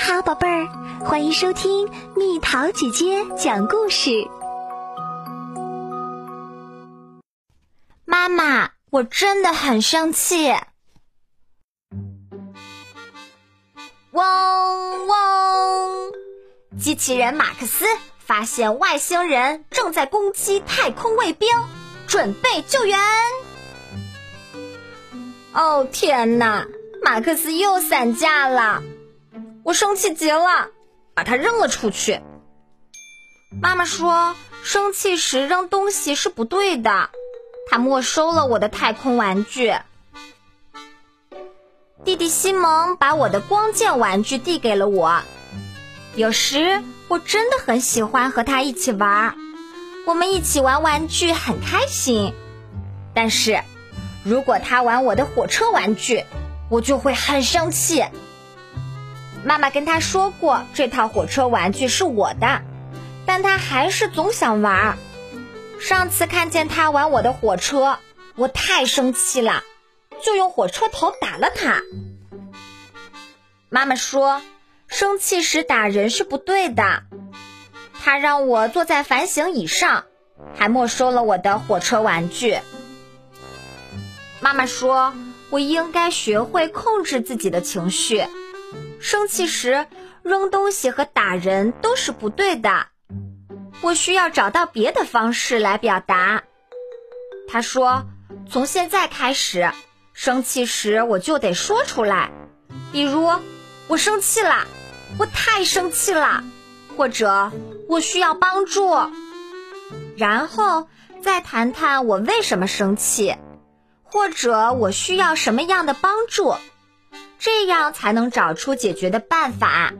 好，宝贝儿，欢迎收听蜜桃姐姐讲故事。 妈妈，我真的很生气。嗡嗡，机器人马克思发现外星人正在攻击太空卫兵，准备救援。哦天哪，马克思又散架了，我生气极了，把它扔了出去。妈妈说，生气时扔东西是不对的，他没收了我的太空玩具。弟弟西蒙把我的光剑玩具递给了我，有时我真的很喜欢和他一起玩，我们一起玩玩具很开心。但是如果他玩我的火车玩具，我就会很生气。妈妈跟他说过这套火车玩具是我的，但他还是总想玩。上次看见他玩我的火车，我太生气了，就用火车头打了他。妈妈说，生气时打人是不对的。他让我坐在反省椅上，还没收了我的火车玩具。妈妈说，我应该学会控制自己的情绪。生气时，扔东西和打人都是不对的。我需要找到别的方式来表达。他说，从现在开始，生气时我就得说出来，比如我生气了，我太生气了，或者我需要帮助，然后再谈谈我为什么生气，或者我需要什么样的帮助，这样才能找出解决的办法。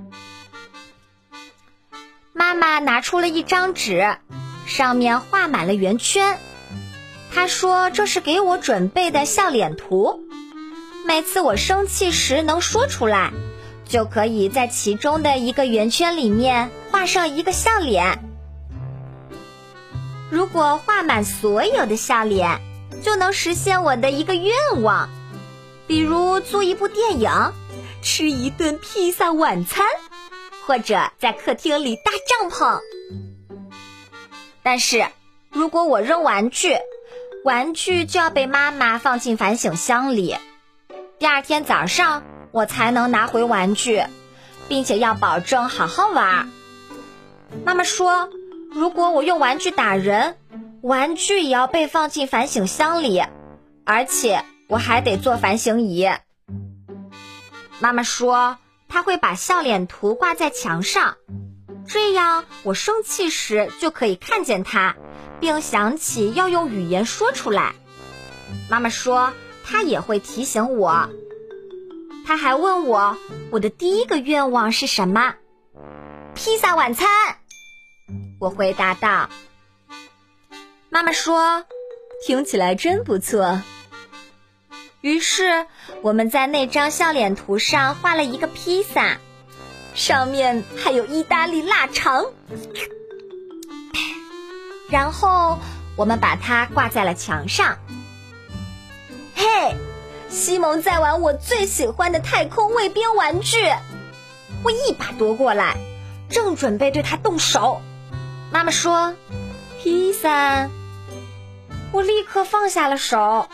妈妈拿出了一张纸，上面画满了圆圈。她说这是给我准备的笑脸图，每次我生气时能说出来，就可以在其中的一个圆圈里面画上一个笑脸。如果画满所有的笑脸，就能实现我的一个愿望，比如租一部电影，吃一顿披萨晚餐，或者在客厅里搭帐篷。但是如果我扔玩具，玩具就要被妈妈放进反省箱里，第二天早上我才能拿回玩具，并且要保证好好玩。妈妈说，如果我用玩具打人，玩具也要被放进反省箱里，而且我还得做反省椅。妈妈说，她会把笑脸图挂在墙上，这样我生气时就可以看见它，并想起要用语言说出来。妈妈说，她也会提醒我。她还问我，我的第一个愿望是什么？披萨晚餐。我回答道。妈妈说，听起来真不错。于是我们在那张笑脸图上画了一个披萨，上面还有意大利腊肠。然后我们把它挂在了墙上。嘿，西蒙在玩我最喜欢的太空卫兵玩具，我一把夺过来，正准备对他动手。妈妈说，披萨。我立刻放下了手。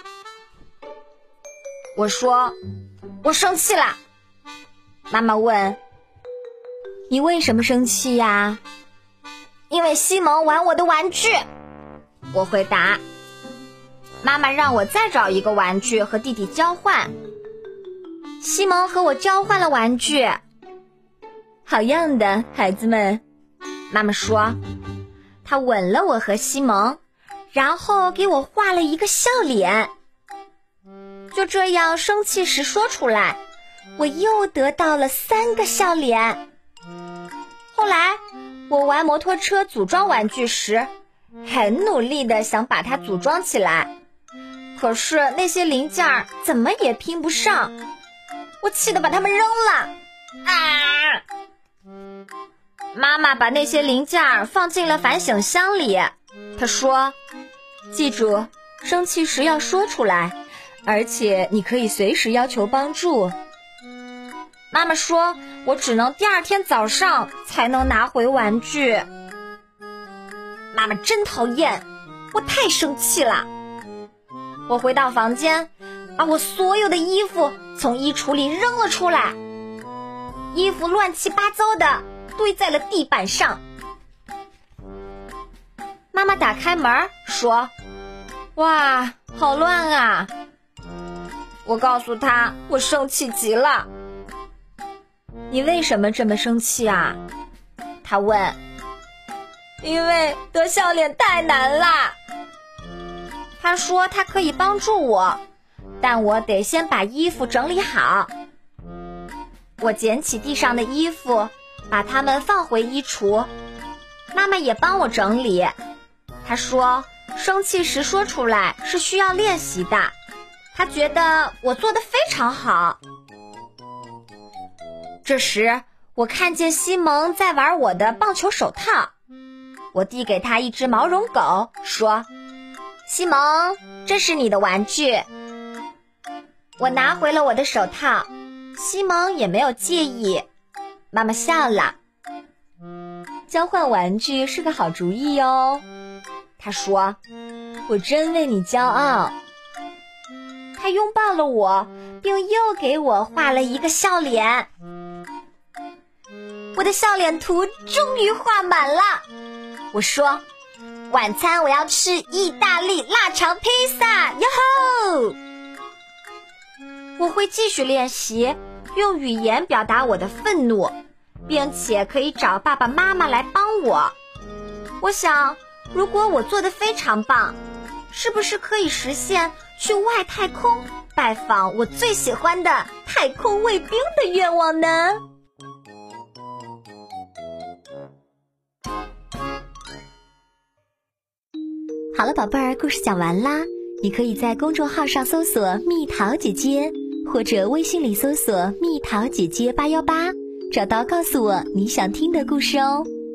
我说，我生气了。妈妈问，你为什么生气呀？因为西蒙玩我的玩具。我回答。妈妈让我再找一个玩具和弟弟交换。西蒙和我交换了玩具。好样的，孩子们。妈妈说，她吻了我和西蒙，然后给我画了一个笑脸。就这样生气时说出来，我又得到了3个笑脸。后来我玩摩托车组装玩具时，很努力地想把它组装起来，可是那些零件怎么也拼不上，我气得把它们扔了。妈妈把那些零件放进了反省箱里。她说，记住，生气时要说出来，而且你可以随时要求帮助。 妈妈说我只能第二天早上才能拿回玩具。妈妈真讨厌，我太生气了。我回到房间，把我所有的衣服从衣橱里扔了出来，衣服乱七八糟的堆在了地板上。妈妈打开门说：哇，好乱啊！我告诉她我生气极了。你为什么这么生气啊？她问。因为得笑脸太难啦。她说她可以帮助我，但我得先把衣服整理好。我捡起地上的衣服，把它们放回衣橱。妈妈也帮我整理。她说生气时说出来是需要练习的，她觉得我做得非常好。这时我看见西蒙在玩我的棒球手套，我递给他一只毛绒狗，说：西蒙，这是你的玩具。我拿回了我的手套，西蒙也没有介意。妈妈笑了。交换玩具是个好主意哦，她说，我真为你骄傲。她拥抱了我，并又给我画了一个笑脸。我的笑脸图终于画满了。我说，晚餐我要吃意大利腊肠披萨，哟吼！我会继续练习，用语言表达我的愤怒，并且可以找爸爸妈妈来帮我。我想，如果我做得非常棒，是不是可以实现去外太空拜访我最喜欢的太空卫兵的愿望呢？ 好了，宝贝儿，故事讲完啦。你可以在公众号上搜索蜜桃姐姐，或者微信里搜索蜜桃姐姐818，找到告诉我你想听的故事哦。